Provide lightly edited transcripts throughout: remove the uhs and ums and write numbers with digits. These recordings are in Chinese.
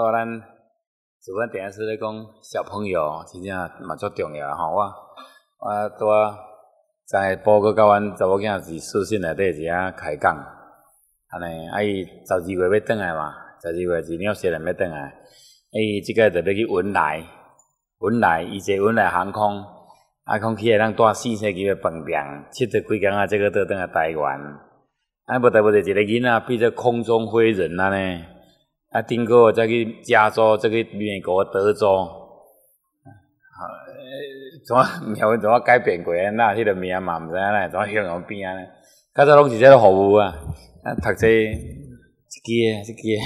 好，咱主管电视咧讲小朋友真正嘛足重要吼。我拄知报告甲阮查某囝是私信内底一下开讲，安尼伊12月要转来嘛，12月是纽西兰要转来，即个就要去文莱，伊坐文莱航空，讲起来咱住4星期的饭店，7十几天啊，这个倒转来台湾，无代无志一个囡仔变做空中飞人安尼。顶个再去加州，再去美国德州，怎命运怎改变过？那迄个名嘛，毋知影咧，怎形容变安尼？较早拢是这个服务啊，读册一支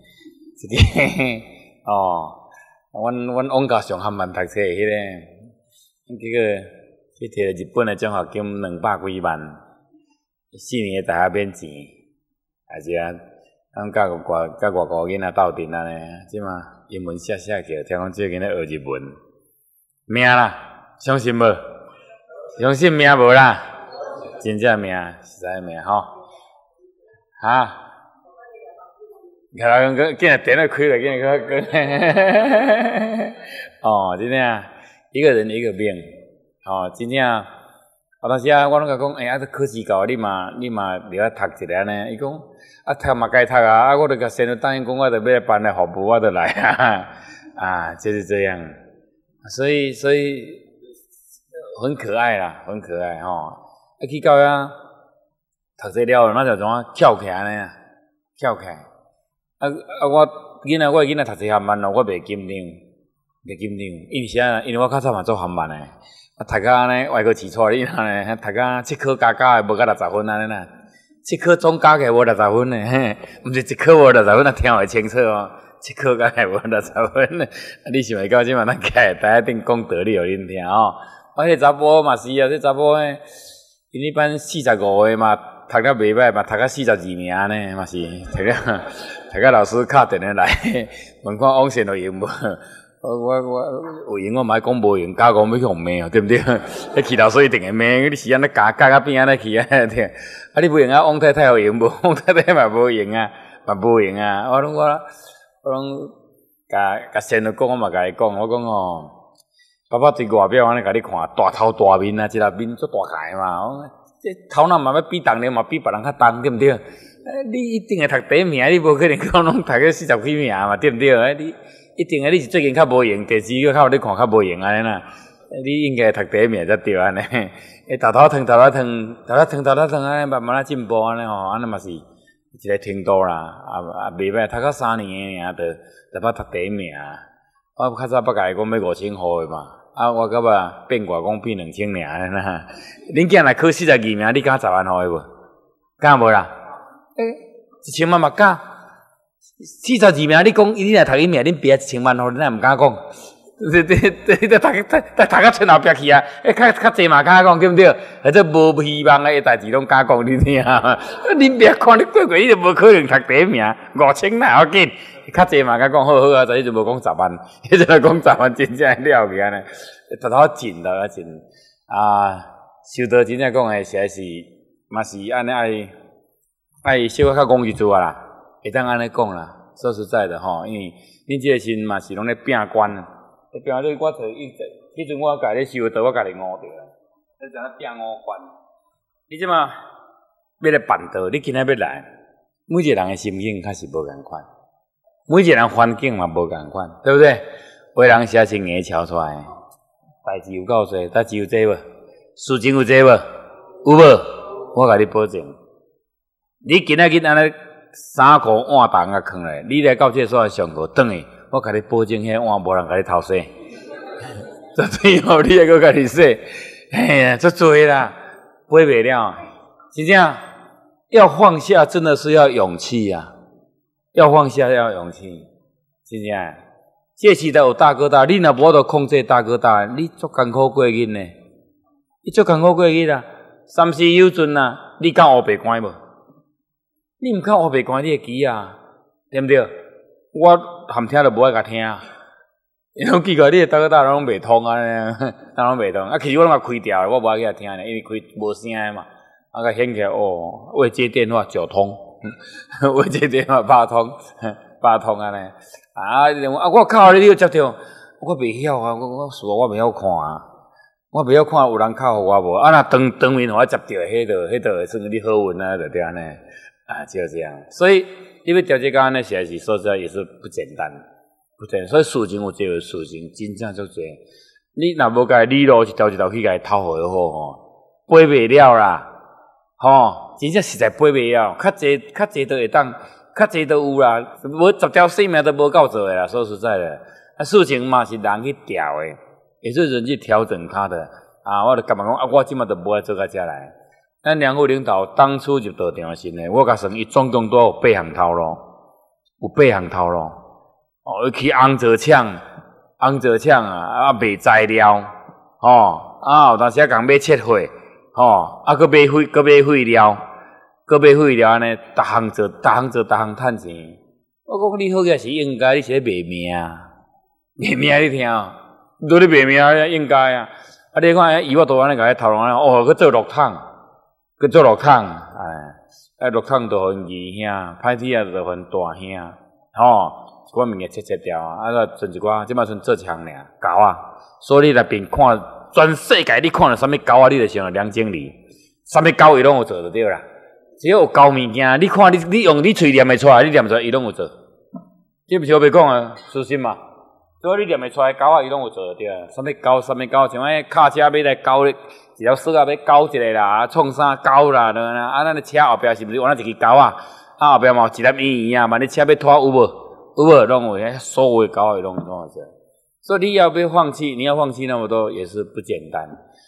哦，阮往家上汉慢读册迄个，结果去摕日本的奖学金200几万，4年的大学免钱，还是啊。咱甲外国囡仔斗阵安尼，即马英文写起，听讲即个囡仔学日文，命啦，相信无？相信命无啦？真正命，实在命吼，哈？甲人个竟然电了开了，竟然个哦，真正一个人一个命，哦，真正。当时我拢甲讲，这考试到，你嘛入来读一下呢？伊讲，读嘛该读啊，我著甲先生答应讲，我著要来办来服务，我著来啊，就是这样。所以很可爱啦，很可爱吼。去到遐读册了，那就怎啊翘起来呢？翘起来。我的囡仔读册较慢咯，我袂紧张，因为啥？因为我较早嘛做韩漫诶。读到安尼，外国试错你安尼，读到7科加诶无到60分安尼啦，7科总加起来无60分诶，毋是1科无60分，听会清楚哦。7科加起来无60分，你想会到即嘛？咱开台顶讲道理互恁听哦。迄查甫嘛是啊，这查甫诶，因一般45个嘛，读了袂歹嘛，读到42名呢，嘛是读到老师敲电话来，问看往线有用无？我有闲我嘛讲无闲，假讲要去互骂哦，对不对？迄去老师一定会骂，你是安尼教到边安尼去啊？你无闲啊，王太太有闲无？王太太嘛无闲啊，嘛无闲啊。我拢甲先生讲，我嘛甲伊讲，我讲哦，爸爸伫外表安尼甲你看，大头大面啊，一粒面足大块嘛。这头脑嘛要比当年嘛比别人较重，对不对？你一定会读第一名，你无可能讲拢读个40几名嘛，对不对？你一定你是最近较无闲，第2个较互你看较无闲安尼啦。你应该读第一名才对安尼。头头疼安尼，慢慢仔进步安尼吼，安尼嘛是一个程度啦。袂歹，读到3年尔，就捌读第一名。我较早捌甲伊讲要5000箍的嘛，我到尾变卦讲变2000尔安尼啦。恁囝来考42名，你敢10万箍的无？敢无啦？1000万嘛敢？42名，你讲你来读1名，恁别1000万吼，恁也毋敢讲。这读到村后壁去啊！较济嘛敢讲，对不对？这无希望的代志拢敢讲，你听啊？恁别看你过，你就无可能读第一名，5000哪要紧？较济嘛敢讲，好啊，就无讲10万，迄阵讲10万真正了去安尼，头真啊！修道真正讲的实在是嘛是安尼爱小可较讲一句啦。会当安尼讲啦，说实在的吼，因为恁即个心嘛是拢咧拼关，拼你我做迄阵我家咧修道，我家己悟着啦，你知影拼5关。你即马要来办道，你今仔要来，每一个人的心境较是无共款，每一个人环境嘛无共款，对不对？有的人写成硬抄出来，代志有够多，代志有济无？事情有济无？有无？我甲你保证，你今仔日安尼。3箍碗重啊，放来，你来到这所上课转去，我甲你保证，迄碗无人甲你偷洗，绝对哦，你还阁甲你洗，哎呀，足多啦，背袂了，真正要放下，真的是要勇气啊！要放下，要勇气，真正。这时代有大哥大，你若无法度控制大哥大，你足艰苦过日呢，你足艰苦过日啊！3时有准啊，你敢黑白关无？你毋较黑白关你会记啊，对毋对？我含听都无爱甲听，因为奇怪，你大哥大拢袂通啊，拢袂通。其实我拢甲开掉，我无爱去听咧，因为开无声诶嘛。甲显起来哦，未接电话9通，未接电话8通，8 8通安尼。我靠，你有接着？我袂晓啊，我事我袂晓看啊，我袂晓看有人靠我无？啊，若当面互我接着，迄就会算你好运啊，就对安尼。就这样。所以你要调节到安尼，实在是说实在也是不简单，不简单。所以事情有这个事情，真正足济。你若无甲理路一条一条去甲伊偷好吼，背袂了啦，吼，真正实在背袂了。较济都会当，较济都有啦，无10条性命都无够做诶啦。说实在的，事情嘛是人去调诶，也是人去调整它的。我就感觉讲，我即马都无爱做到遮来。咱梁副领导当初入道场时呢，我甲算伊总共都有8项头路，有8项头路。伊去红泽抢卖材料，有当时啊共买切货，搁买废料，安尼，逐项做，逐项趁钱。我讲你好个是应该，你是咧卖命你听，都咧卖命应该啊。你看伊我都安尼甲伊头路安尼，去做6趟，6趟就互因二兄，歹天啊就互因大兄，一寡物件切掉剩一寡，即摆剩做一项尔狗啊。所以你内边看全世界，你看到啥物狗啊，你就想到梁经理，啥物狗伊拢有做就对啦。只要有狗物件，你看你用你喙念会出来，你念出来伊拢有做，这毋是我袂讲啊，私心嘛。所以你念会出来狗啊，伊拢有做就对啦。啥物狗，像迄卡车要来狗一条锁啊，要狗一个啦，创啥狗啦，咱的车后壁是毋是换一支狗啊？后壁嘛有一粒圆啊，万你车要拖有无？拢有，所有的狗伊拢有做。所以你要放弃那么多也是不简单。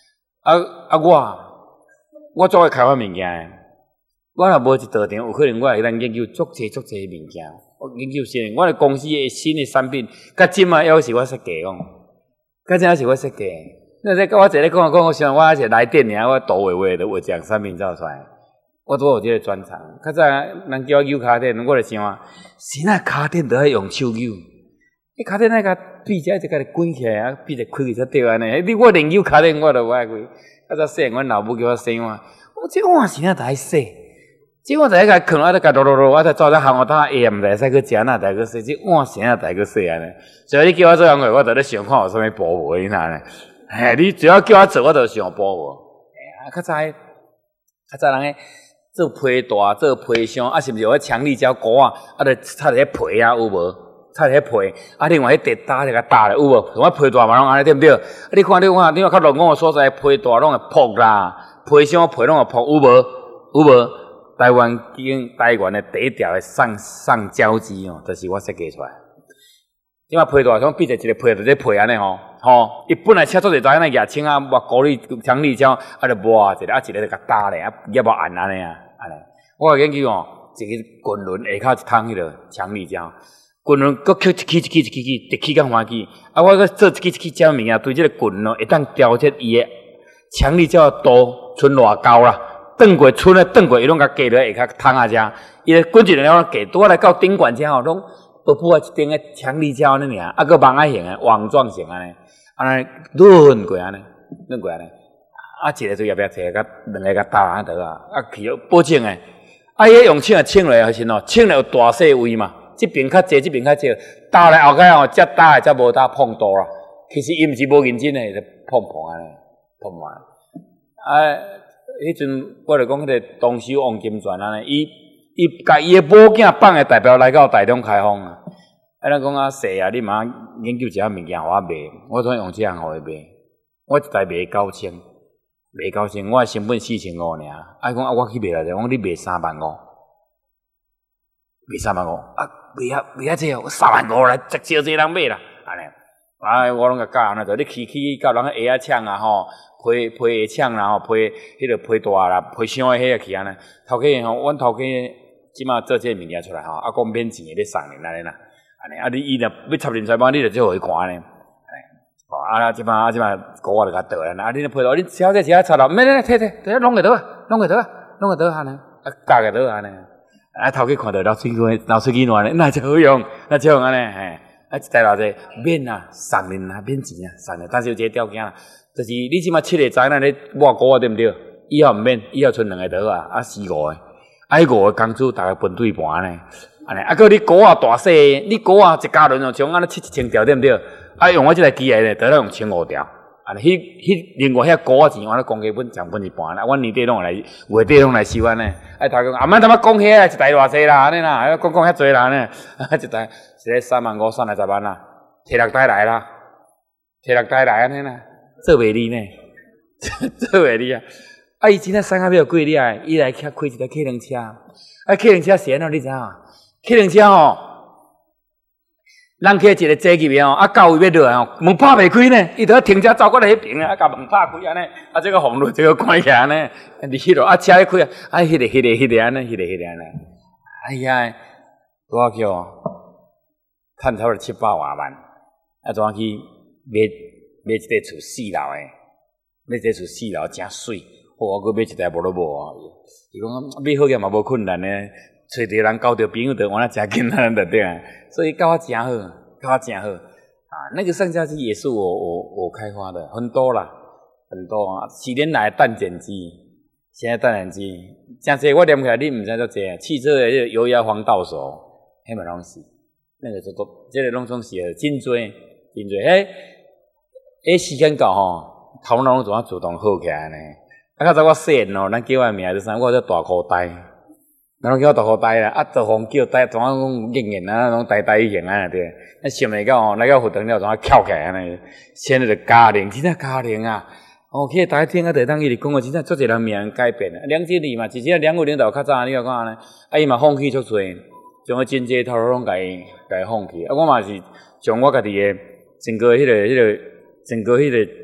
我做爱开发物件的，我若无一道场，有可能我会当研究足济物件。我研究新，我的公司的新的产品，甲即嘛还是我设计讲，甲即还是我设计。那甲我坐咧讲，我想我还是来电尔，我图画就画一项产品走出来。我都有这个专长。较早人叫我扭骹垫，我就想，谁那骹垫都要用手扭？你骹垫那个闭起来就甲你滚起来，闭着开去才对安尼。我连扭骹垫我都无爱开。较早细，阮老母叫我洗碗，我这碗是哪台洗？这碗在甲放啊，甲落，我才早餐喊我当下毋知使去食哪台去洗，这碗是哪台去洗安尼？所以你叫我做样个，我就咧想看有啥物部位你哪呢？你只要叫我做，我就想部位。较早人诶。做批大，做批箱，是毋是有迄强力胶膏啊？就插伫迄皮啊，有无？插伫迄皮，另外迄地搭一个搭咧，有无？像我批大嘛，拢安尼对毋对？你看较龙岗诶所在，批大拢会破啦，批箱皮拢会破，有无？台湾诶第一条诶上胶机就是我设计出来。即摆批大像变成一个皮，就这皮安尼伊本来车做者安尼牙签啊，抹高力强力胶，就抹一个，一个就甲搭咧，也无按安尼啊。我研究一个滚轮下骹一桶迄个强力胶，滚轮搁起一起甲欢喜。我搁做一起遮物件，对这个滚轮会当调节伊的强力胶的度剩偌高啦。转过伊拢甲加落下骹桶啊遮，伊个滚一轮了加，拄来到顶管遮拢薄薄一顶的强力胶安尼尔，搁网仔型的网状型安尼轮过安尼。一个对后壁摕甲两个甲搭安倒去保证诶。伊用枪枪落是枪了有大细位嘛，这边较济，这边较少，搭来后盖才搭诶，才无搭碰到啦。其实伊毋是无认真诶，就碰安尼，碰完。迄阵我就讲迄个东修王金泉安尼，伊甲伊诶母囝放诶代表来到台中开放啊。咱讲细啊，你嘛研究一下物件互我卖，我怎用这样互伊卖？我一台卖9000。我的成本4500尔。讲我去卖来者，我讲你卖35000，卖啊这我35000来，真少人买啦，安尼。我拢甲教安尼做，你去到人个鞋仔厂啊批鞋厂啦批迄个批大啦，批箱的迄个去安尼。头家阮头家即马做这物件出来讲免钱的咧送人安尼啦，安尼。伊若要插人才帮，你就做互伊看安尼。即摆鼓我就甲倒啦。你批到你小姐只插落，免摕，弄个倒安尼，夹个倒安尼。头家看到老手机乱咧，那就好用安尼。一台偌济免啊，送人啊，免钱啊，送人。但是有一个条件啦，就是你即摆7个仔咱咧抹鼓啊，对毋对？以后毋免，以后剩2个倒45个。迄5个工资大概分对半呢。 安尼，啊，搁你鼓啊大细，你鼓啊一加仑哦，从安尼切1000条对毋对？啊，用我即台机来咧，得了用1500条。啊，另外遐鼓啊钱，我咧公家本涨分一半啦，阮年底拢来，月底拢来收安尼。啊，头讲啊，莫他妈讲遐，一台偌济啦，安尼啦，讲遐济啦呢，啊，一台个35000算来10万啦，摕6台来啦，摕6台来安尼啦，做袂离呢，做袂离啊！啊，伊真正送啊要贵厉害，伊来开一台客人车，啊，客人车是安怎你知影？客人车吼。人客一个坐入去哦，啊到位要落来哦，门拍袂开呢，伊着停车走过来迄边啊，甲门拍开安尼，啊这个风路这个关起来呢，你迄落啊车一开啊，啊迄个安尼，迄个安尼，哎呀，多少叫趁差不多700多万，啊怎去买一块厝4楼诶，买一块厝4楼真水，我搁买一台无都无啊，伊讲买好个嘛无困难呢。找着人交着朋友着玩得真简单的对啊，所以教我真好，教我真好啊！那个上架机也是我开发的，很多啦，很多啊！7年来蛋剪机，现在蛋剪机真济，我念起来你毋知多济。汽车的油压防倒手，迄嘛拢是，那个这个拢总是真多，迄时间到吼，头脑拢怎啊自动好起来呢？啊，较早我细汉哦，咱叫我名是啥？我叫大裤呆。然后叫我大裤呆啦，啊，大风叫呆，怎啊讲硬啊，拢呆型啊，对。那想袂到哦，来到学堂了，怎啊翘起来安尼？现在就家庭，真正家庭啊！哦，去大家听啊，地当伊哩讲哦，真正足侪人命改变啊。梁经理嘛，其实两位领导较早，你要看呢，啊，伊嘛放弃足侪，将个经济头路拢甲伊放弃。啊，我嘛是将我家己的整个整个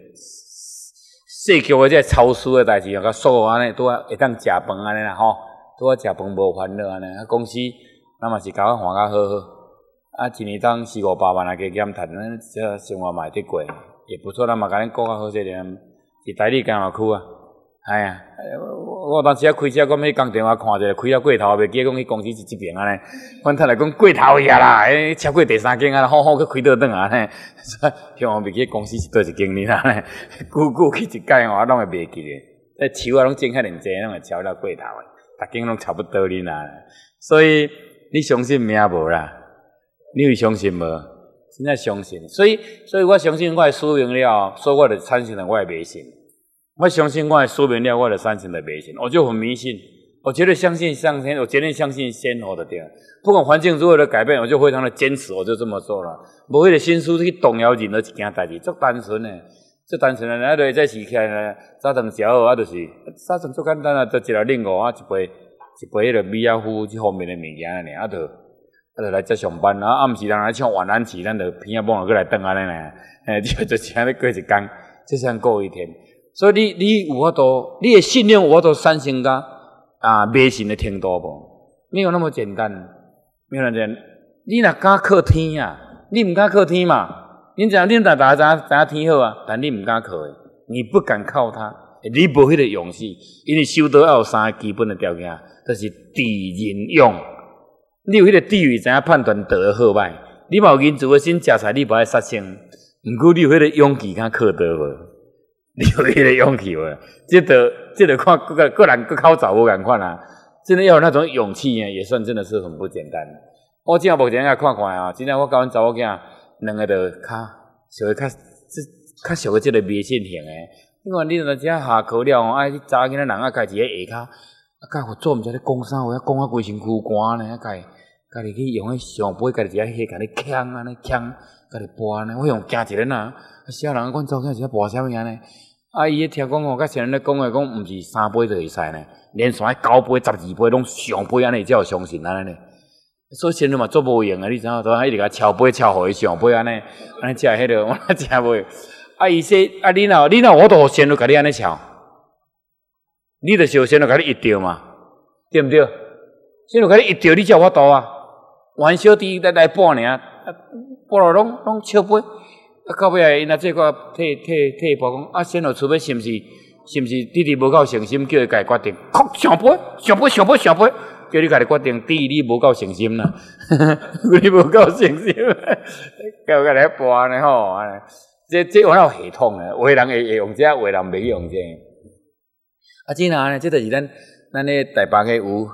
市局的这超市的代志，甲做安尼，拄啊会当食饭安尼啦吼。拄啊食饭无烦恼安尼，啊公司咱嘛是甲我换甲好好，啊一年当4、5、8万啊加减趁，咱这生活嘛会得过，也不错，咱嘛甲恁顾较好些点，是代理干嘛去啊？哎呀，我当时啊开车，讲去讲电话看者，开了过头，袂记讲去公司是这边安尼，反正来讲过头呀啦，超过第3间啊，好好去开倒转啊呢，希望袂记公司是倒一间哩啦呢，久去一届我拢会袂记咧，这树啊拢种遐尼济，拢会超了过头诶。大家拢差不多哩啦，所以你相信命无啦？你会相信无？真正相信，所以我相信我的使命了，所以我就产生了我的迷信。我相信我的使命了，我就产生了迷信。我就很迷信，我绝对相信上天，我绝对相信先后的对。不管环境如何的改变，我就非常的坚持，我就这么做了。无迄个心思去动摇任何一件代志，足单纯的。最单纯的，啊，就再起起来呢，早餐食好，啊，就是早餐最简单啊，就一个冷锅啊，一杯迄个米亚夫这方面的物件安尼，啊，就来这上班，然后暗时人来唱晚安曲，咱就偏啊帮过来等安尼呢，就安尼过一天，就这样过一天。所以你有法度，你的信念有法度产生到迷信的程度无？没有那么简单，没有那么简单。你若敢靠天啊，你唔敢靠天嘛？恁知影天好啊，但你唔敢靠诶，你不敢靠它，你无迄个勇气，因为修道要有3个基本的条件，就是地、人、勇。你有迄个地位，知影判断道的好歹，你嘛有银子的心食菜，你无爱杀生，毋过你有迄个勇气，敢靠道无？你有迄个勇气无？这个看个人个口罩无共款啊，真的要有那种勇气啊，也算真的是很不简单。我今目前来看看啊，真正我甲阮查某囝。两个就属于较属于即个迷信型诶。因为你若遮下课了哦，你查囡仔人啊，家己喺下骹，甲我做毋知咧讲啥话，讲啊规身躯寒呢，家己去用迄上杯，家己伫遐下，家己呛安尼呛，家己拨安尼，我用惊一个呐。小人阮查某囝是拨啥物安尼？伊听讲哦，甲前人咧讲诶，讲毋是3杯就会使呢，连续9杯、12杯拢上杯安尼，才有相信安尼。所以先生嘛做无用啊！你知影？都一直甲敲杯敲互伊上杯安尼食迄个，我食袂。伊说你若我都先生甲你安尼敲，你著是先生甲你一着嘛，对毋对？先生甲你一着，你才有法度啊。玩小弟来补尔，补了拢笑杯。到尾来因若这个退步讲先生，除非是毋是弟弟无够诚心，叫伊家己决定，上杯。叫你家己决定，第一你无够诚心啦，你无够诚心，叫家己播呢吼，这我有系统诶，有诶人会用这，有诶人袂去用这。真啊呢，这就是咱咧台北诶有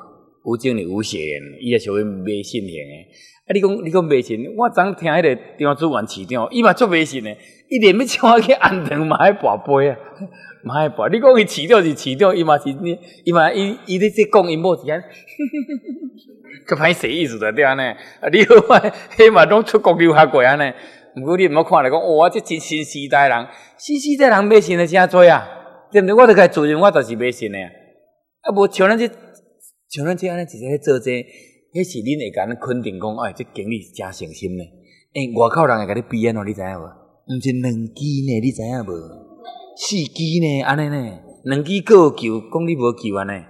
有精力有血缘，伊也属于迷信型诶。啊，你讲迷信，我昨听迄个张主任市长，伊嘛足迷信诶，伊连要请我去安堂嘛爱跋杯啊，嘛爱跋。你讲伊市长是市长，伊嘛是伊嘛伊咧即讲因某是安，个歹势意思就对安尼。啊，你好歹迄嘛拢出国留学过安尼。毋过你毋好看来讲，哦，这真新时代人，新时代人迷信诶真多啊，对毋对？我著该自认我就是迷信诶啊，啊无像咱这安尼直接咧做这，迄是恁会甲咱肯定讲，哎，这经理是真诚心呢。外口人会甲你比安怎，你知影无？毋是2支呢，你知影无？4支呢，安尼呢，2支各有球，讲你无球安尼，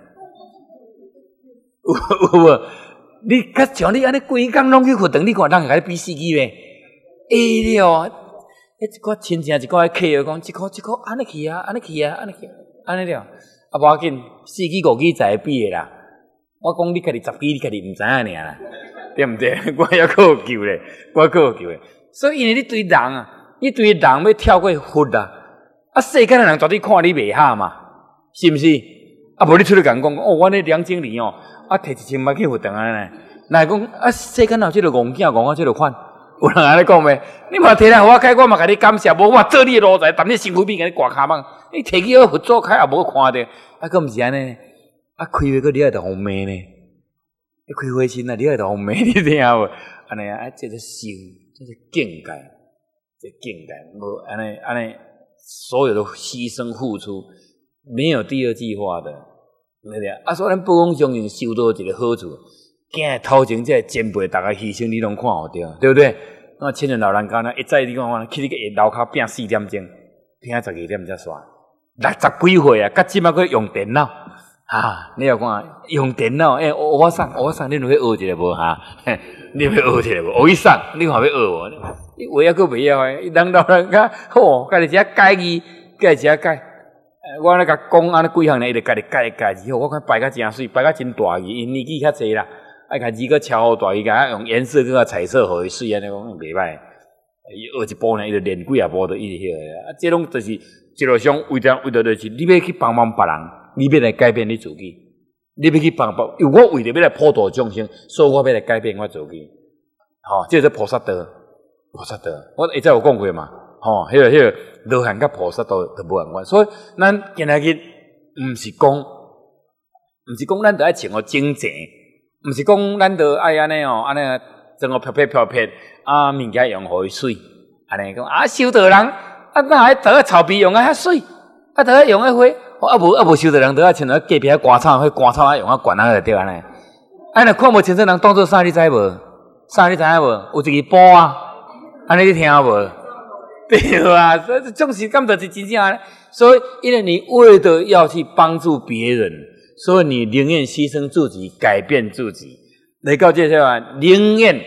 有无？你较像你安尼规工拢去活动，你看人会甲你比4支呗？会了，一个亲戚一个客户讲，一个安尼去啊，安尼去啊，安尼去啊，安尼了，啊无要紧，4支5支才会比诶啦。我讲你家己10支，你家己毋知影尔啦，对毋对？我还佫有救咧，我佫有救咧。所以因为你对人啊，你对人要跳过佛啊，啊世间诶人绝对看你袂下嘛，是毋是？啊无你出来甲人讲，哦，我那梁经理哦，啊摕1000万去活动安尼，来讲啊世间有即个戆囝戆啊即个款。有人安尼讲咩？你嘛摕来互我开，我嘛甲你感谢，无我做你路财，但你身躯边甲你挂骹蠓，你摕去好佛祖开也无看着，啊，佫毋是安尼，啊，开会佫你爱着互骂呢，一开会时啊，你爱着互骂，你听无？安尼啊，这是修，这是境界，这境界，无安尼，所有的牺牲付出，没有第二句话的，对不对？啊，所以咱不讲相信修到一个好处。囝头前这前辈大家牺牲，你拢看有着，对不对？那亲人老人家呢，一早你看我去你个楼骹拼4点钟，拼12点才煞，60几岁啊，到即摆佫用电脑，哈！你要看用电脑，我送，你落去学一下无哈？你要学一下无？学去送，你看要学无？你话还佫袂晓诶，人老人家好，家己只改字，家己只改。我咧甲讲安尼几项呢，伊就家己改字，我看摆甲真水，摆甲真大字，因年纪较济啦。爱甲字个敲好大，伊甲用颜色个彩色互伊水安尼讲袂歹。伊学一步呢，伊就练几啊步就一直晓诶。啊，这种就是一路上为着就是你要去帮忙别人，你要来改变你自己，你要去帮忙，因为我为着要来普度众生，所以我要来改变我自己。吼，这是菩萨道，菩萨道。我以前有讲过嘛，吼，迄个罗汉甲菩萨道都无相关，所以咱今仔日毋是讲咱着爱穿互整齐。毋是讲咱着爱安尼哦，安尼整个飘撇啊，物件用互伊水，安尼讲啊，修道人啊，哪爱倒草皮用啊遐水，啊倒用迄花，啊无修道人倒啊像隔壁迄干草，迄干草啊用啊灌啊就对安尼。啊，若看无清楚人当做啥，你知无？啥你知影无？有一支布啊，安尼你听无？对啊，所以这种事根本就是真正安尼。所以，因为你为了要去帮助别人。所以你宁愿牺牲自己，改变自己。来到这些啊，宁愿。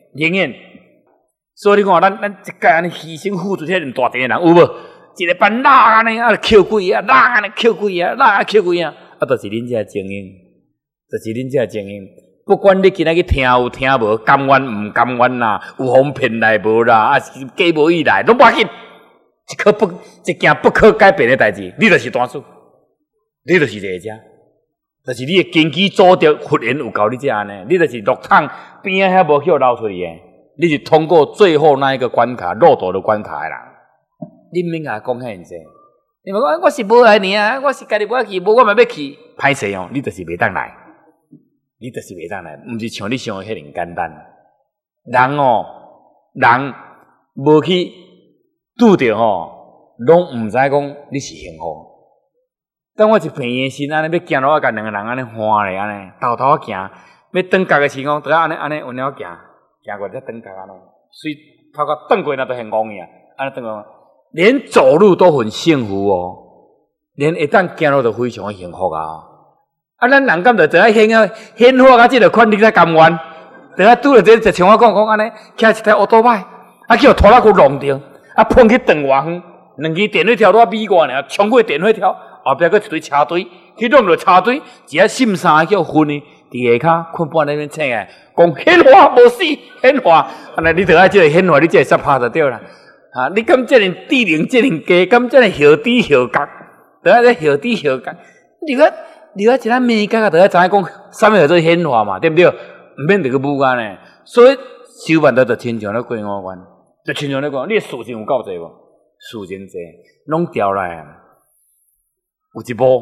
所以你看，咱一届安尼牺牲付出遐尼大点的人，有无？一个班拉安尼啊，扣几啊，拉安尼扣几啊，拉扣几啊，啊，就是恁这精英，就是恁这精英。不管你今仔去听有听无，甘愿毋甘愿啦，有风骗来无啦，啊是假无意来，拢无要紧。一件不可改变的代志，你就是单数，你就是这者。就是你的根基组织佛缘有教你这安尼，你就是落汤边仔遐无叫捞出去的，你是通过最后那一个关卡落斗的关卡的人。你免甲讲遐济，你莫讲我是无来呢啊，我是家己无去，无我嘛要去，歹势哦，你就是袂当来，你就是袂当来，毋是像你想的遐尼简单。人无去拄着吼，拢毋知讲你是幸福。当我一平的心安尼要行路，我甲两个人安尼换咧，安尼偷偷行，要转角的时光，都要安尼稳了行过再转角安尼，随头壳转过那都很容易啊，安尼转过，连走路都很幸福哦，连一旦行路都非常幸福啊！啊，咱人敢着知影显化啊，即个款你才甘愿，等下拄着这就像我讲安尼，骑一台奥多摆，啊叫拖拉机弄着，啊碰去断偌远，2支电火条都米外尔，冲过电火条。后壁佫一堆车堆，去弄着车堆，一下心衫叫昏呢，伫下骹困半那边醒诶，讲显化无死，显化，安尼你着爱即个显化，你才会煞拍就对啦。啊，你敢即个智能，即个低，敢即个晓低晓觉，着爱咧晓低晓觉。你看你要一咱美感啊，就要知影讲啥物叫做显化嘛，对不对？毋免着去武干呢。所以修办就亲像咧过五关，就亲像咧讲，你事情有够济无？事情济，拢调来啊。有一幕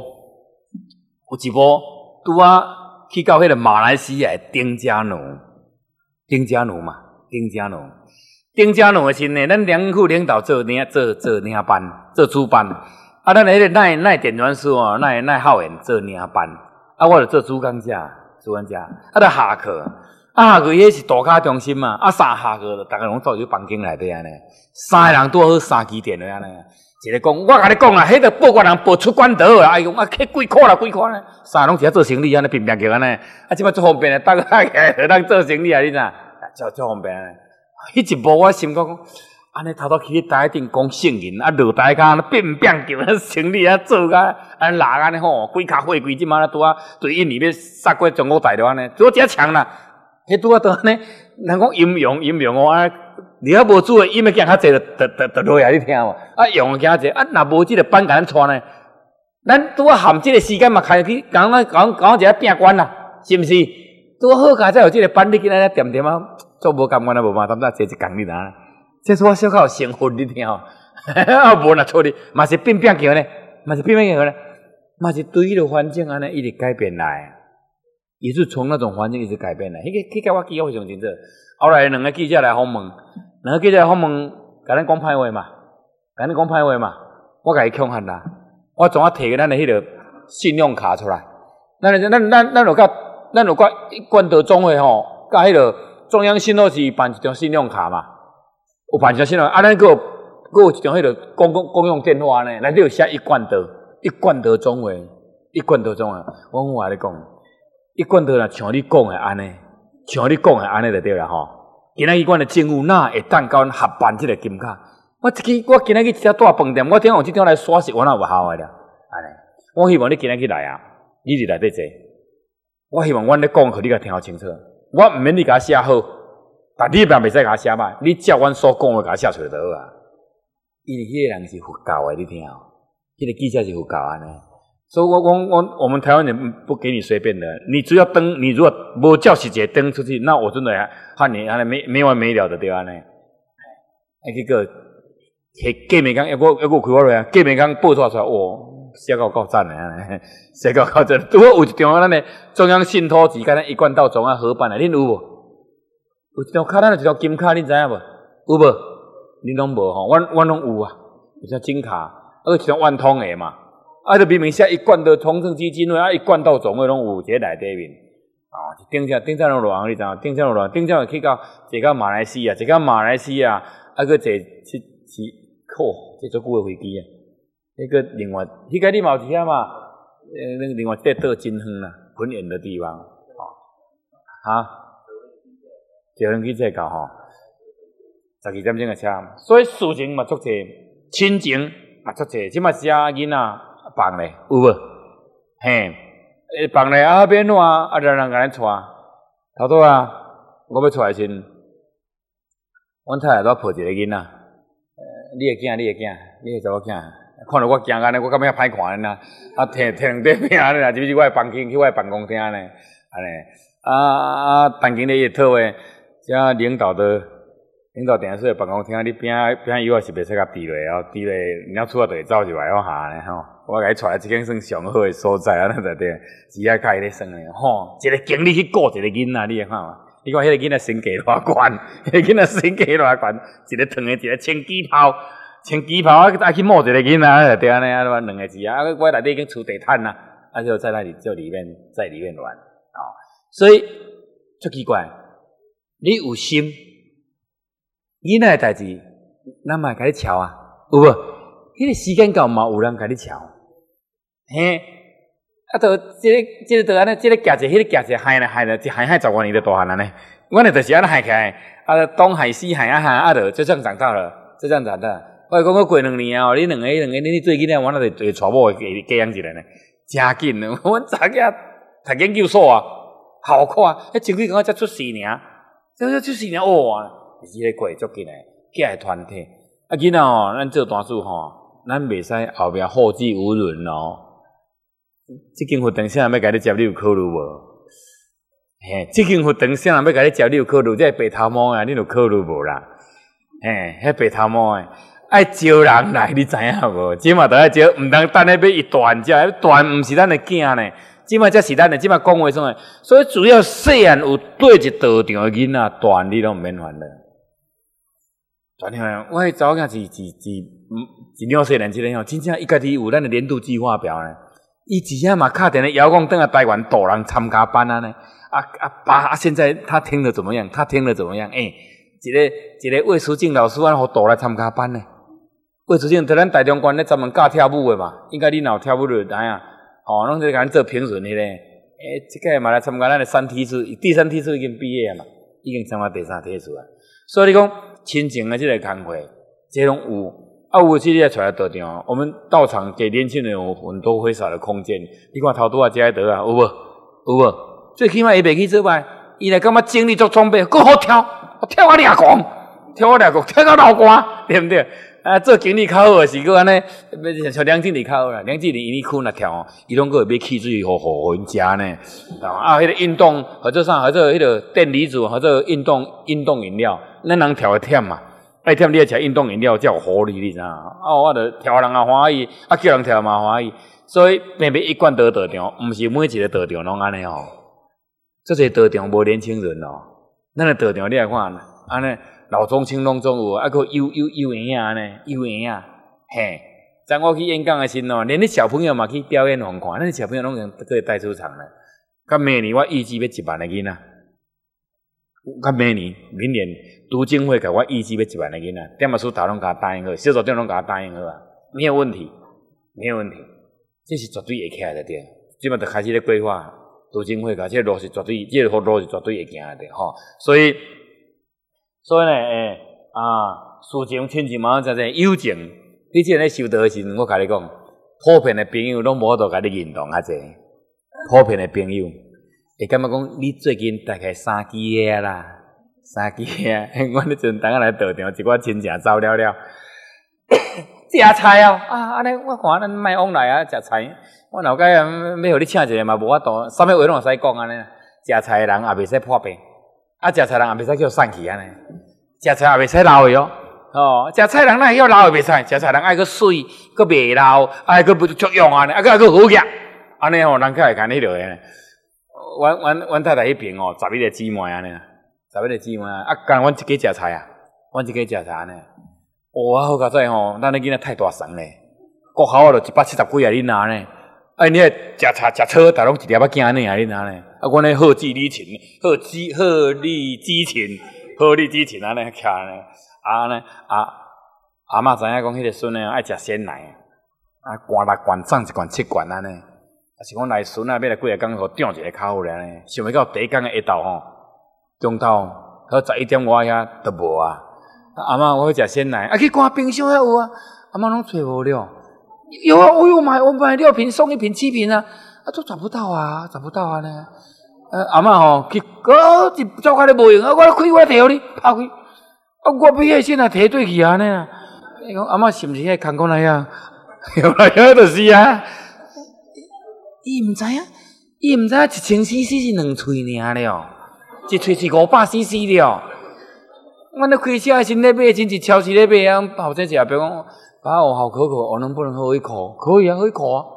拄啊去到迄个马来西亚丁加奴嘛，丁加奴的时呢，咱两副领导做领班，做主班。啊，咱迄个奈点传师哦，奈浩然做领班，啊，我就做主讲者，啊，就下课，下课迄是大咖中心嘛，啊，下课就逐个拢走入房间内底安尼，三个人拄好3支电的安尼，一个讲，我甲你讲啦，迄个报关人报出关得啊，伊讲啊，迄几箍啦，三个拢是做生理安尼，平叫安尼，啊，即摆足方便诶，大家互咱做生理啊，你知？足方便诶，迄一幕我心讲。安尼头头起台顶讲圣人，啊落台骹变叫生理啊做甲安拉安尼吼，规骹火规即马拄啊对印尼要杀过中国大陆安尼，拄只强啦，迄拄啊都安尼，人讲阴阳哦，啊你啊无煮诶，阴诶惊较济，就落来你听无？啊阳诶惊较济，啊若无即个班甲咱带呢，咱拄啊含即个时间嘛开去，讲一下变官啦，是毋是？拄好佳才有即个班，你今仔点点啊，做无甘愿啊，无嘛，当坐一工你哪？这是我小可有生分，你听哦，啊无若错哩，嘛是变叫呢，嘛是对迄个环境安尼一直改变来，也是从那种环境一直改变来。迄个我记忆非常清楚。后来两个记者来访问，甲咱讲歹话嘛，我甲伊恐吓啦，我总要摕咱的迄个信用卡出来，咱有甲关德总会吼，甲迄个中央信托局办一张信用卡嘛。有办啥信用？啊，咱佫有一张迄个公用电话呢，内底有写一贯德总会。我话你讲，一贯德若像你讲的安尼就对啦吼。今仔日阮的政府哪会当甲阮合办即个金卡？我今仔日一条大饭店，我顶用即条来耍是我哪有效的了？安尼，我希望你今仔日来啊，你伫内底坐。我希望阮咧讲互你甲听清楚，我毋免你甲写好。但你也袂使甲写歹，你照阮所讲的甲写出来就好啊。因为迄个人是佛教的，你听哦，迄个记者是佛教安尼，所以我们台湾人不给你随便的，你只要登，你如果无照时节登出去，那我真的和你安尼没完没了的对安尼。结果隔暝讲，还佫开我落啊，隔暝讲报出来，哦，写到够赞的安尼，写到够赞。拄好有一张咱的中央信托局甲咱一贯道总啊合办的，恁有无？有一张卡，咱有一条金卡，恁知影无？有无？恁拢无吼，阮拢有啊，有张金卡，有一张万通的嘛，啊，就明明写一贯的通政基金会，啊，一贯到总会拢有，这内底面，啊，顶正拢乱，你知影？顶正去到坐到马来西亚，啊，个坐去这足久的飞机啊，那个另外，迄个你嘛有一下嘛，那个另外这倒真远啦，很远的地方，哈。坐飞机才到吼，12点钟的车，所以事情嘛足济，亲情嘛足济，即马时啊囡仔放咧，有无？嘿，放咧啊变怎啊？人甲咱带，头拄啊，我要带时，阮太太都抱一个囡仔，你的查某囝，看到我行安尼，我感觉歹看呢，啊摕两块饼安尼啦，是我的房间去我的办公厅呢，安尼，当今咧伊讨诶。遮领导电视的办公厅，你边以后是袂使甲滴落哦，滴落，然后厝仔就会走入来我下呢吼。我甲伊带即间算上好的所在啊，那对，只啊甲伊咧算咧吼。一个经理去顾一个囡仔，你会看嘛？你看迄个囡仔身价偌悬，迄个囡仔身价偌悬，一个烫的，一个穿旗袍啊去摸一个囡仔，对安尼啊，两个字啊，我内底已经铺地毯啦，啊就在那里里面玩哦，所以足奇怪。你有心，囡仔的代志，咱嘛甲你瞧啊，有无？迄个时间到嘛，有人甲你瞧，嘿，啊，就这个就安尼，这个夹者，迄个夹者，害了，一害10多年就大汉了呢。阮呢就是安尼害起来，啊，东害西害啊，就这样长大了，我讲我过2年哦，你两个，你做囡仔，我那就带某加养一个呢，真紧呢。阮查囝读研究所啊，好看，迄前几工才出世尔。这就是呢，哇！是咧过足紧诶，寄来团体。啊，囡仔吼，咱做单数吼，咱袂使后壁后继无人咯。 这间佛堂啥人要甲你接，你有考虑无？嘿，这间佛堂啥人要甲你接，你有考虑？这白头毛啊，你有考虑无啦？嘿，迄白头毛诶，爱招人来，你知影无？即马都爱招，毋通等下要一断才，断毋是咱诶囝呢。即马才是咱诶，即马讲话算诶。所以主要细汉有对一道场诶囡仔，断你拢毋免烦恼。断你烦恼，我迄查某囝一鸟细年即个吼，真正伊家己有咱诶年度计划表呢。伊之前嘛敲电话邀讲，等下台湾大人参加班啊呢。爸，现在他听了怎么样？他听了怎么样？一个魏淑静老师啊，互导来参加班呢。魏淑静在咱台中县咧专门教跳舞的嘛，应该你若有跳舞就知影。哦，拢在甲咱做评审迄个。即个嘛来参加咱的3梯次，第3梯次已经毕业啊嘛，已经参加第3梯次啊。所以你讲亲情的这个工课，这拢有。有时你也出来道场，我们道场给年轻人有很多挥洒的空间。你看头拄啊，遮个啊，有无？最起码伊袂去做歹，伊来感觉精力足充沛，佫好跳，跳啊掠狂，跳到流汗，对毋对？做经理较好诶是佫安尼，像梁经理较好啦。梁经理伊去若跳，伊拢佫会买汽水互因食呢。迄个运动或者啥，或者迄个电离子，或者运动饮料，咱人跳会忝嘛。爱忝你爱食运动饮料才有活力，你知影？我着跳人也欢喜，叫人跳嘛欢喜。所以偏偏一贯道场，毋是每一个道场拢安尼吼。这些道场无年轻人哦，咱个道场你来看，安尼老中青拢总有，佫幼婴安尼，幼婴嘿。昨我去演讲的时哦，连你小朋友嘛去表演互看，咱小朋友拢可以带出场了。到明年我预计要1万个囡仔，到明年读经会甲我预计要1万个囡仔，点嘛书头拢甲我答应好，小组长拢甲我答应好啊，没有问题，这是绝对会起来的对。即马就开始咧规划读经会，甲这路是绝对，这个路是绝对会行的吼。所以呢，事情亲情嘛，真正友情，你即个咧修道的时阵，我甲你讲，普遍的朋友拢无法度甲你认同啊济，普遍的朋友会感觉讲你最近大概3支个啦。3支啊！我迄阵当下来道场，一寡亲情走了，食菜哦！安尼我看咱莫往来啊，食菜。我后盖要互你请一个嘛，无法度，啥物话拢会使讲安尼。食菜的人也袂使破病，食菜人也袂使叫散去安尼。食菜也袂使老的哦，食菜人哪会叫老的袂使？食菜人爱个水，个袂老，爱个不足用安尼，个好食。安尼吼，人较会干迄落诶。阮太太迄边哦，11个姊妹安尼。11个姊妹干阮一家食菜啊，阮一家食菜呢。哇，好佳哉吼，咱的囡仔太大神咧，国校就170几啊囡仔呢。你迄食菜食草，逐拢一粒仔惊呢啊囡仔呢。阮咧鹤立鸡群，鹤立鸡群安尼徛呢。阿嬷知影讲迄个孙呢爱食鲜奶，灌6罐送1罐7罐安尼。是讲来孙要来几个工，互长一个较好咧呢。想袂到第一工的下昼吼。中昼到11点外遐都无啊！阿嬷，我要食鲜奶，去看冰箱遐有啊！阿嬷拢找无了，有啊，我买6瓶送1瓶7瓶啊！都找不到啊呢！阿嬷吼去，一走开咧无用啊！我开我摕互你拍开，我要迄鲜奶摕对去啊呢！伊讲阿嬷是毋是迄空空那样？有啦，遐就是啊！伊毋知影1000cc 是2喙尔了。一喙是500cc 了，阮咧开车时咧买，真是超市咧买啊！后生姐别讲，爸我好口，我能不能喝一口？可以啊，喝一口啊，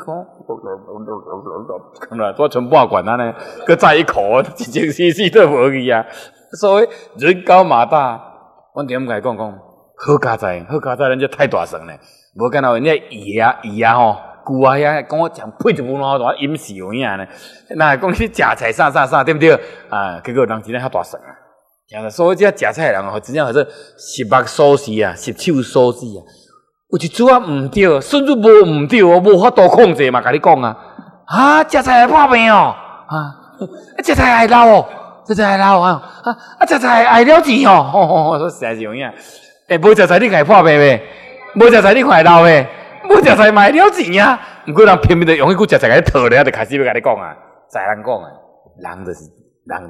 看啦，多存半罐啊呢，佮再一口，1000cc 都无去啊！所以人高马大，阮点甲伊讲，好佳哉，人家太大声咧，无干那人家姨啊吼。旧啊遐讲我讲配一副喏，大饮食有影呢。那讲去食菜啥，对不对？结果人真正较大声啊！所以这食菜的人吼，真正叫做食目所视啊，食手所指啊。有一组毋对，甚至无毋对，我无法度控制嘛，甲你讲啊！食菜会破病哦！食菜会老哦！食菜会老食菜会了钱哦！说实在是有影。无食菜你会破病袂？无食菜你会老袂？无食菜买了钱啊！毋过人偏偏就用迄句食菜甲你套咧，就开始要甲你讲在人讲人就是安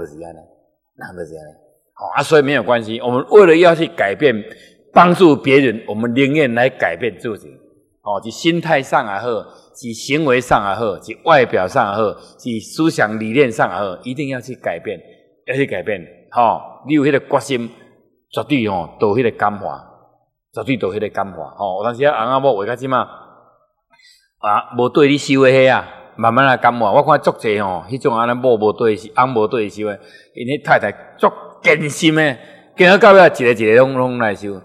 尼，所以没有关系。我们为了要去改变、帮助别人，我们宁愿来改变自己。就心态上也好， 是行为上也好，是外表上也好，是思想理念上也好，一定要去改变，要去改变。吼，你有迄个决心，绝对吼到迄个感化，绝对到迄个感化。吼，有当时啊，翁仔某话到即嘛，无对你收的迄啊，慢慢来感化。我看足济吼，迄种安尼某无对翁无对收的，因迄太太足坚心的，坚到到尾一个一个拢来收。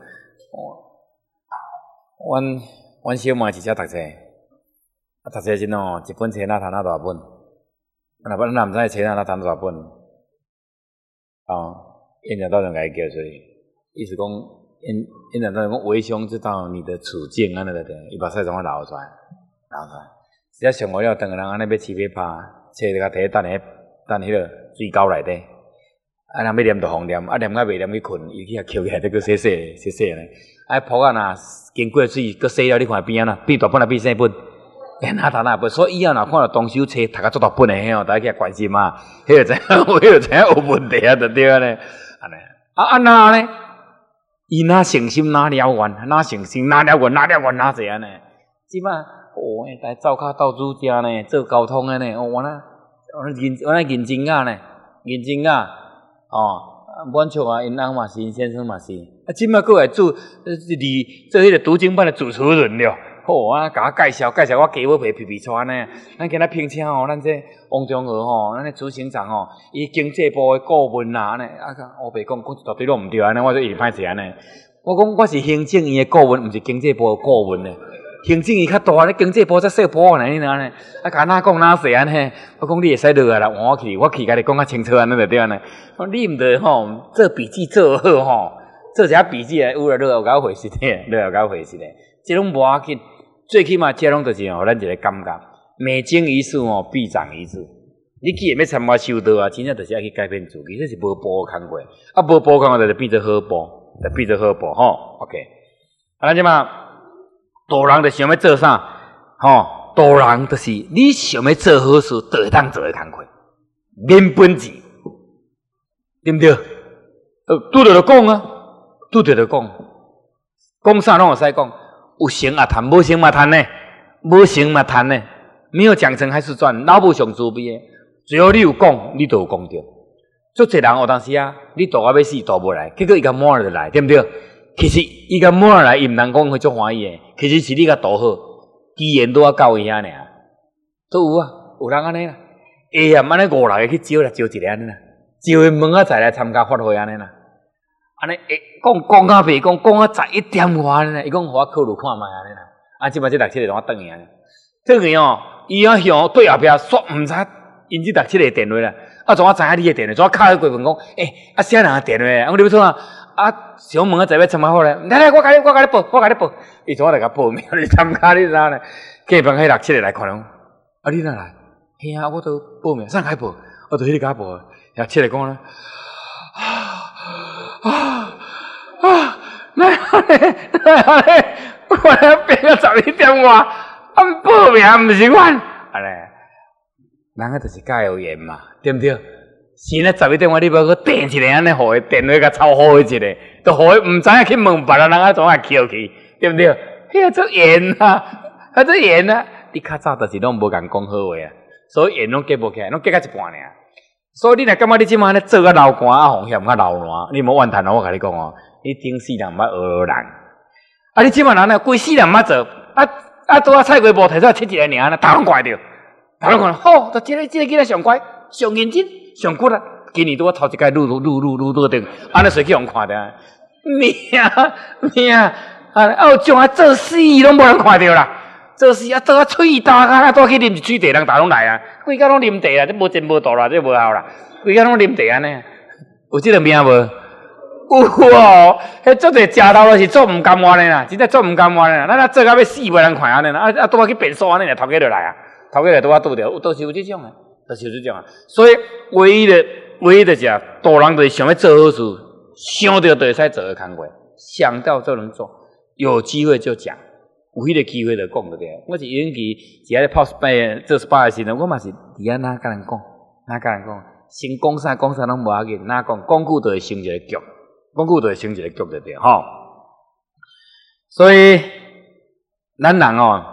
阮小妹是遮读册，读册时喏，一本册哪摊啊大本，咱毋知册哪摊大本。院长道长甲伊叫出去，意思讲，院长道长讲，为兄知道你的处境，安尼就对，伊目屎总啊流出来。实际上我了，当个人安尼要饲要拍，册就甲摕等迄个水沟内底，人要念就互念，念到袂念去困，伊去捡起来，再搁洗咧。铺啊若经过水，搁洗了，你看边啊呐，变大本啊变细本，哪摊啊本，所以以后若看到当时册读甲足大本的迄大家去关心嘛，迄就知影有问题啊，就对啊咧。安尼哪呢？伊哪诚心哪了愿，哪诚心哪了愿，哪济安尼？即摆来走骹到主遮呢，做交通的呢，我那认真啊呢，阮厝啊，因翁嘛是，因先生嘛是，即摆过来做迄个读经班的主持人了。好甲我介绍我家伙皮川呢。咱今仔聘请吼，咱这王中和吼，咱的执行长吼，伊经济部的顾问啦，安尼我白讲一大堆拢毋对安尼，我就伊歹势安尼。我讲我是行政院的顾问，毋是经济部的顾问呢。行政院较大咧，经济部才小部呢，你安尼。甲哪讲哪说安尼？我讲你会使落来啦，换我去甲你讲较清楚安尼就对安尼。你毋得吼做笔记做好吼，做一下笔记来有啦，落甲我回实咧，即拢无要紧。最起码，这拢就是吼，咱一个感觉，美经一事吼，必长一智。你既然要参加修道啊，真正就是要去改变自己，这是无补的工课。无补工课就变做好补，吼。OK， 咱即嘛，大人就想要做啥，吼？大人就是你想要做好事，就会当做的工课，免本钱，对不对？拄着就讲啊，讲啥拢会使讲。有成也谈，无成嘛谈呢，没有讲成还是赚。老母上慈悲的，只要你有讲，你就有讲到。足侪人有当时啊，你大到要死，大无来，结果伊甲满就来，对不对？其实伊甲满来，伊毋通讲会足欢喜的，其实是你甲大好，机缘都要到伊遐尔，都有啊，有人安尼啦，安尼5、6个去招啦，招一个安尼啦，招的问啊再来参加法会安尼啦。安尼讲啊袂讲啊11点外呢，伊讲互我考虑看卖安尼啦。即摆这17个让我转去安尼，转去哦，伊啊向对后壁煞毋知因这17个电话啦。怎我知影你的电话？怎我敲去问讲，啥人的电话？我你要创想问在要参加好咧？来，我甲你报。伊怎我来甲报名？你参加你知呢？隔壁迄6、7个来看侬，你哪来？嘿我都报名，啥解报？我就迄个甲报。7个讲咧。我来变到11点外，报名毋是阮，安尼，人就是介有缘嘛，对不对？是咧11点外，你要去订一个安尼，互伊电话甲抄好一个，都互伊毋知影去问别人，人怎啊捡去，对不对？迄个做缘啊，你较早就是拢无共讲好话啊，所以缘拢结无起来，拢结到一半尔。所以你若感觉你即马咧做啊流汗风险较流汗，你无怨叹哦，我甲你讲哦，你顶世人毋捌学人。你即马人呢，规世人毋捌做，拄啊菜瓜布摕出来切一个尔，头拢怪着，好，就即个囡仔上乖，上认真，上骨啊！今年拄啊头一届愈定，安尼随去互看着，命，有种做死拢无人看着啦。做事做啊喙大都去啉一喙茶，人大拢来啊！规家拢啉茶啊，这无前无大啦，这无效啦！规家拢啉茶安尼，有这个命无？有哦，迄做者食头就是做毋甘愿的啦，真正做毋甘愿的啦。咱做到要死，无人看安尼啦，拄啊去变数安尼啦，头家就来啊，头家就拄啊拄着，都是有这种的，所以唯一就是大人就是想要做好事，想到就会使做的工课，想到就能做，有机会就讲。有迄个机会就讲就对。我是延期是咧泡SPA做SPA的时阵，我嘛是伫遐哪甲人讲，先讲啥拢无要紧，哪讲久就会成一个局，就对吼。所以咱人哦，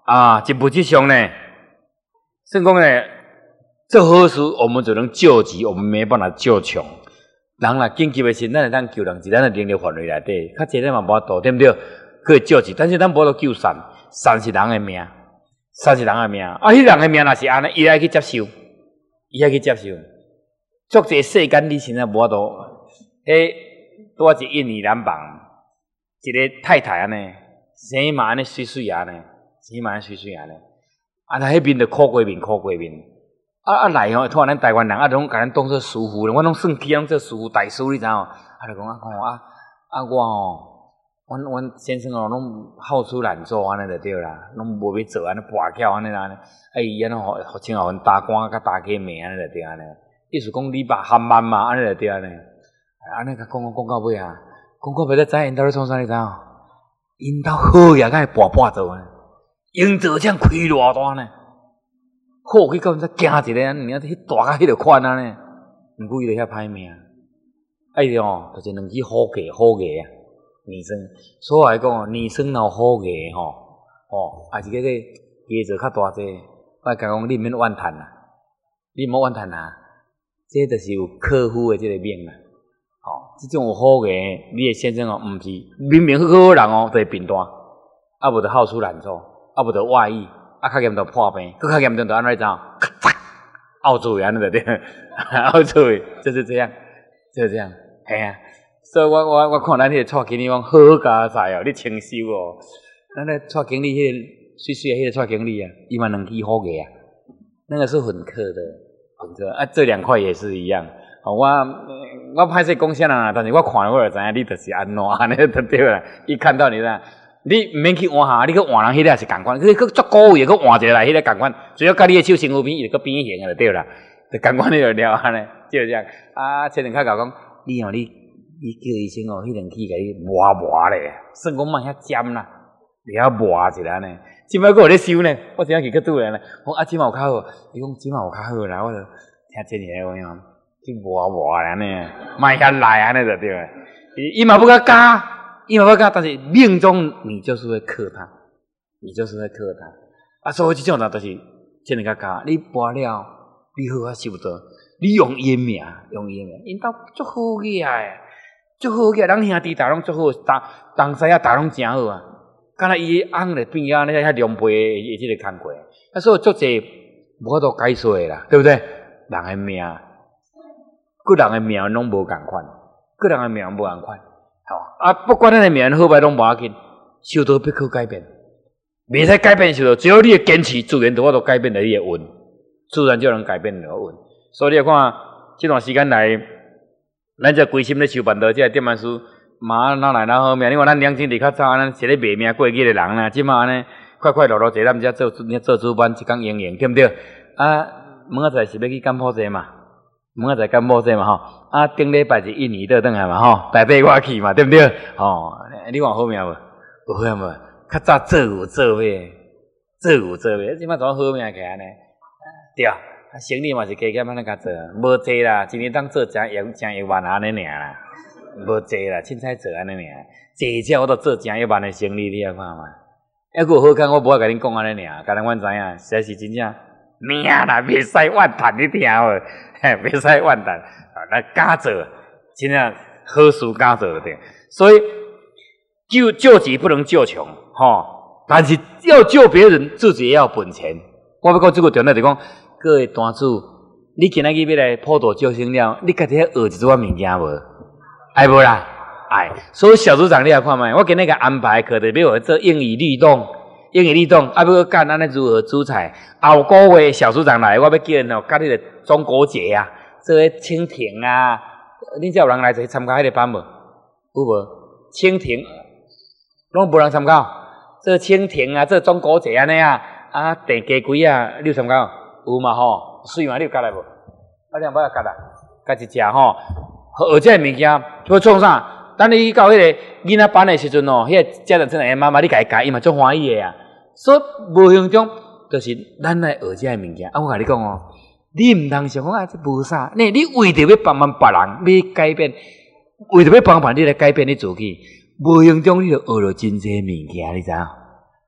一物质上呢，算讲呢，做好事我们只能救急，我们没办法救穷。人若紧急的时，咱会当救人，伫咱的能力范围内底，较济咱嘛无法度，对不对？可以救济，但是咱无法度救善，善是人的命，善是人的命。迄人的命若是安尼，伊爱去接受，伊爱去接受。足济世间你现在无法度，拄仔一印尼南邦，一个太太安尼，生嘛安尼水水安尼，生嘛安尼水水安尼，那迄边就苦过面，苦过面。来吼，突然咱台湾人拢甲咱当做师傅，我拢算起拢做师傅大师，你知影？就讲我吼，阮先生哦，拢好吃懒做安尼就对啦，拢无要做安尼跋筊安尼啦，伊安尼互请互阮打官甲打鸡命安尼就对安尼，意思讲你把含慢嘛安尼就对安尼，安尼甲讲到尾啊，讲到尾才知因兜咧创啥你知影？因兜好嘢甲跋做呢，营造这样开偌大呢？好去到咱惊一个，你看迄大甲迄个款啊呢，毋过伊就遐歹命，伊就是两支好价啊，女生，所以来讲女生若好价也是加做较大济，我甲讲你免怨叹啦，你莫怨叹啦，这就是有克夫的这个命啦，这种有好价，你的先生毋是明明好人就是贫惰，无就好吃懒做，无就外遇。较严重破病，更较严重就安怎怎样？咔嚓，拗嘴安尼就对，拗嘴就是这样，就是这样，系啊。所以我看咱迄个蔡经理讲好加载哦，你清修哦。咱咧蔡经理迄个水水的迄个蔡经理啊，伊嘛两支好个啊，那个是混克的，混克啊，这两块也是一样。我歹势讲啥啦，但是我看我就知影你就是安怎安尼就对啦。一看到你啦。你毋免去换下，你去换人迄个也是共款，你去足古位去换一个来，迄个共款，只要甲你的手身躯边，伊就去变形就对啦，就共款你就了安尼，就这样。前两较甲讲，你叫医生迄两器甲你磨咧，算讲莫遐尖啦，你遐磨一下安尼。即摆佫有咧收呢，我前日去佫拄咧，讲即摆有较好，伊讲即摆有较好啦，我就听前日个讲，去磨安尼，莫遐来安尼就对啦。伊嘛不甲教。因为我讲，但是命中你就是会克他，你就是会克他。所以这种人就是真个教，你拔了，你好啊修得，你用伊命，因兜足好个诶，足好个，人兄弟大拢足好，东西啊大拢真好啊。敢若伊翁咧变啊，那遐凉皮的即个工课，所以足济无法度解说的啦，对不对？人的命，个人的命拢无共款，个人的命无共款。不管咱的命好歹拢无要紧，修道必可改变，袂使改变修道，只要你的坚持，自然就我都改变了你的运，自然就能改变你的运。所以你看，这段时间来，咱这规心咧修办道，这点万事，嘛哪来哪好命？你看咱两兄弟较早安尼是咧卖命过日的人啦，即马安尼快乐乐坐咱遮做主办，一工营营，对不对？明仔载是要去柬埔寨嘛？明仔载柬埔寨嘛吼。顶礼拜是印尼倒转来嘛吼，台北我去嘛，对不对？你看好命无？有好命无？较早做有做尾，即摆怎好命起来呢？对，生意嘛是加减安尼甲做，无济啦，一年当做10亿万安尼尔啦，无济啦，凊彩做安尼尔，济只我都做10亿万的生意，你遐看嘛？还佫好看，我无爱甲恁讲安尼尔，甲阮知影，实在是真正命啦，袂使怨叹，你听无？袂使怨叹。来加做，真正好事加做就对。所以救急不能救穷，但是要救别人，自己也要本钱。我要讲这个重点就是讲，各位单主，你今仔日要来普渡救生了，你家己要学一撮物件无？爱无啦？爱。所以小组长你来看卖，我今日甲安排课程要做英语律动，要教咱如何煮菜。后个月小组长来，我要叫因教迄个中国结啊。做迄蜻蜓啊，恁遮有人来参加迄个班无？有无？蜻蜓，拢无人参加。做蜻蜓啊，做中国结安尼啊，地鸡龟啊，你有参加？有嘛吼？水嘛，你有夹来无？两摆夹啦，夹一只吼。学这物件要创啥？等你到迄个囡仔班的时阵哦，迄个家长真诶妈妈，你家教伊嘛足欢喜诶啊。所以无形中就是咱来学这物件。我甲你讲哦。你毋通想讲这无啥，你为着要帮忙别人，要改变，为着要帮忙你来改变你自己，无形中你就学了真济物件，你知影？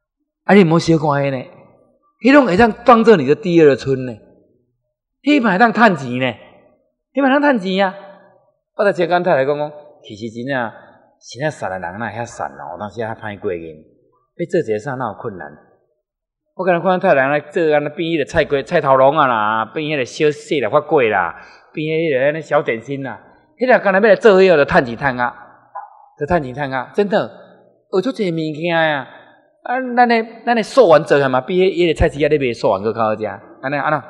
啊，你莫小看迄呢，迄拢会当当做你的第二春呢，迄嘛会当趁钱呢，迄嘛通趁钱啊！我甲跟太太讲，其实真正现在善的人哪遐善哦，当时遐歹过瘾，要做一个啥哪有困难？我敢若看太太来做安尼变迄个菜头龙啊啦，变迄个小细粒发粿啦，变迄个安尼小点心啦，迄个敢若要来做迄个就趁钱趁啊，就趁钱趁啊，真的学出这物件呀！啊，咱的寿丸做下嘛，比迄个菜市仔咧卖寿丸更较好食。安怎？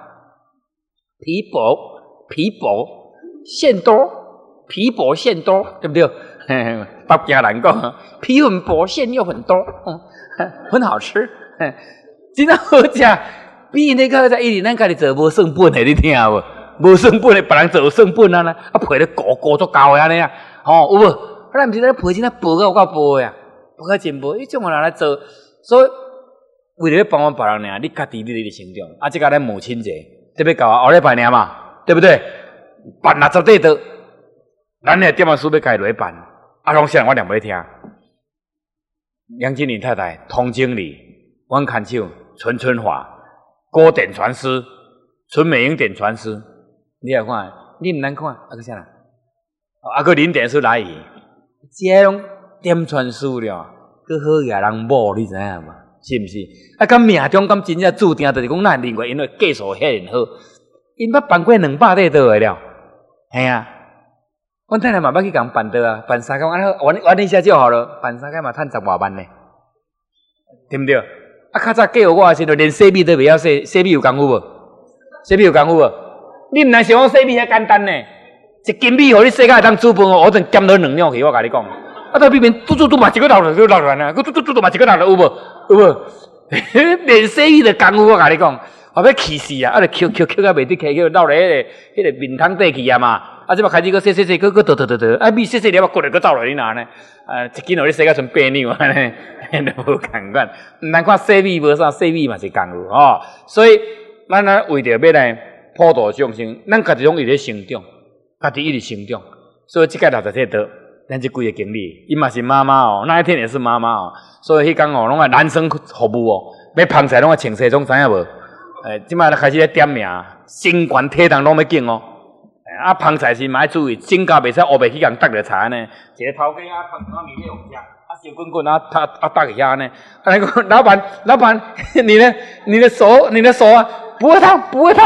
皮薄馅多，皮薄馅多，对不对？北京人讲，皮很薄，馅又很多，很好吃，真好食。比因那个在一年咱家己做无算本的，你听无？无算本的，别人做算本啊，啊皮咧糊足厚的安尼啊，吼有无？咱毋是咧皮真正薄到有够薄的啊，薄到真薄。伊种人来做，所以为了要帮助别人尔，你家己你得成长。啊，即个咱母亲节特别到啊，后礼拜尔嘛，对不对？办60块多，咱咧点啊书要家落去办，啊，拢啥人我念袂听。杨经理太太、童经理、汪侃秋、陈春华、郭点传师、陈美英点传师，你来看，你唔难看，啊个啥人？啊个林点师来去，这拢点传师了，搁好野人某，你知影嘛？是毋是？啊，敢命中敢真正注定，就是讲咱另外因为技术遐尔好，因捌办过200块倒来了，系啊。阮太太嘛捌去共办倒啊，办3工，安好玩一下就好了，办3工嘛趁10外万呢，对不对？啊，较早嫁我的时阵，连洗米都袂晓洗，洗米有功夫无？洗米有功夫无？你毋能想讲洗米遐简单呢？一斤米互你洗甲会当煮饭哦，我阵减落2两去，我甲你讲。啊，到边边煮嘛，一个头就落来啊，佮煮嘛，一个头有无？有无？连洗米的功夫，我甲你讲，我要气死啊！啊，就扣到袂得起，叫落来迄个面汤底去啊嘛。啊，即摆开始佮洗，佮倒，啊米洗了，骨来佮走落去哪呢？啊，一斤互你洗甲像8两安尼，都无共款。毋难看洗米无啥，洗米嘛是功夫吼。所以咱为着要来普度众生，咱家己拢一直成长，家己一直成长。所以即个60岁倒，咱即几个经理，伊嘛是妈妈哦，那一天也是妈妈哦。所以迄天哦，拢爱男生服务哦，要捧菜拢爱穿西装，知影无？即摆开始咧点名，身悬体重拢要紧哦。啊，捧菜时嘛要注意，身高袂使乌白去共搭着菜呢。一个头家啊，捧什么面要用食，啊小滚滚啊，搭一下呢。啊，那个老板，你的手啊，不会烫。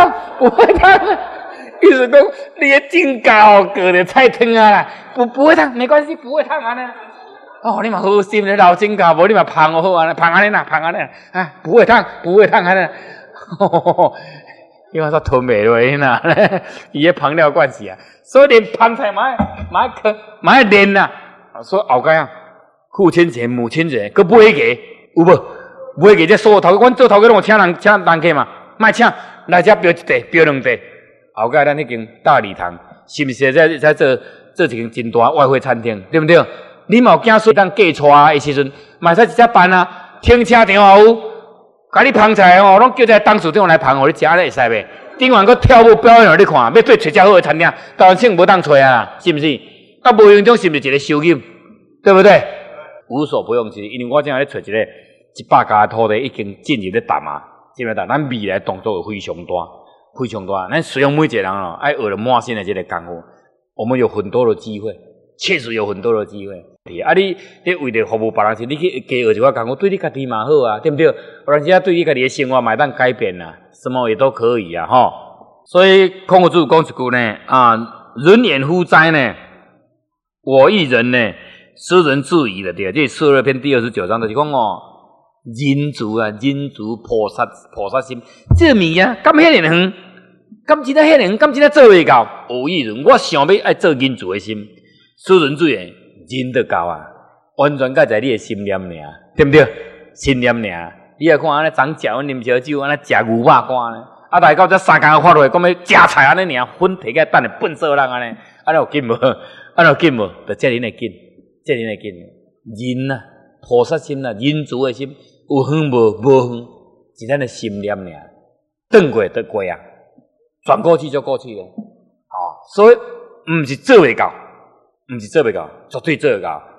意思讲你的身高哦，隔着菜汤啊啦，不会烫，没关系，不会烫啊呢。哦，你嘛好心咧，老身高，无你嘛捧我好啊，捧安尼啦，啊，不会烫安尼。因为说吞袂落去呐，伊个捧料关系啊，所以连捧菜嘛要练呐。所以后盖啊，父亲节、母亲节，佮买个有无？买个这所有头，阮做头家拢有请人客嘛，莫请来遮标一地、标2地。后盖咱已经大礼堂，是毋是在做一间真大外汇餐厅，对不对？你嘛有囝孙当嫁娶的时阵，嘛使直接办啊，停车场也有。甲你捧菜哦，拢叫在董事长来捧，互你食，安尼会使袂？顶晚佮跳舞表演互你看，要对找遮好的餐厅，当然请无当找啊，是毋是？啊，无用种是毋是一个收入，对不对？无所不用其极，因为我正在找一个100家的土地，已经进入咧谈啊，进入谈，咱未来动作会非常大。咱使用每一个人哦，爱学了满身的这个功夫，我们有很多的机会，确实有很多的机会。啊，你为着服务别人时，你去加学一寡功夫，对你家己嘛好啊，对不对？有阵时啊，对你家己的生活嘛当改变啦，什么也都可以啊，吼。所以孔夫子讲一句呢，啊，人言乎哉呢？我亦人呢，斯人自矣的对。这《释厄篇》第29章就是讲哦，人足菩萨心，这物啊，敢遐尔远，敢真遐尔远，敢真做袂到。我亦人，我想要爱做人足的心，斯人自矣。人就够啊，完全改在你的心念尔，对不对？心念尔，你来看安尼，昨食阮啉烧酒，安尼食牛肉干呢，啊，来到这3工发落来，讲要食菜安尼尔，粉摕起来等下笨死人安尼，安尼有紧无？安尼有紧无？就遮尔的紧，人啊，菩萨心啊，人足的心，有远无？无远，是咱的心念尔，转过就过啊，转过去就过去了，哦，所以毋是做袂到。绝对做得到。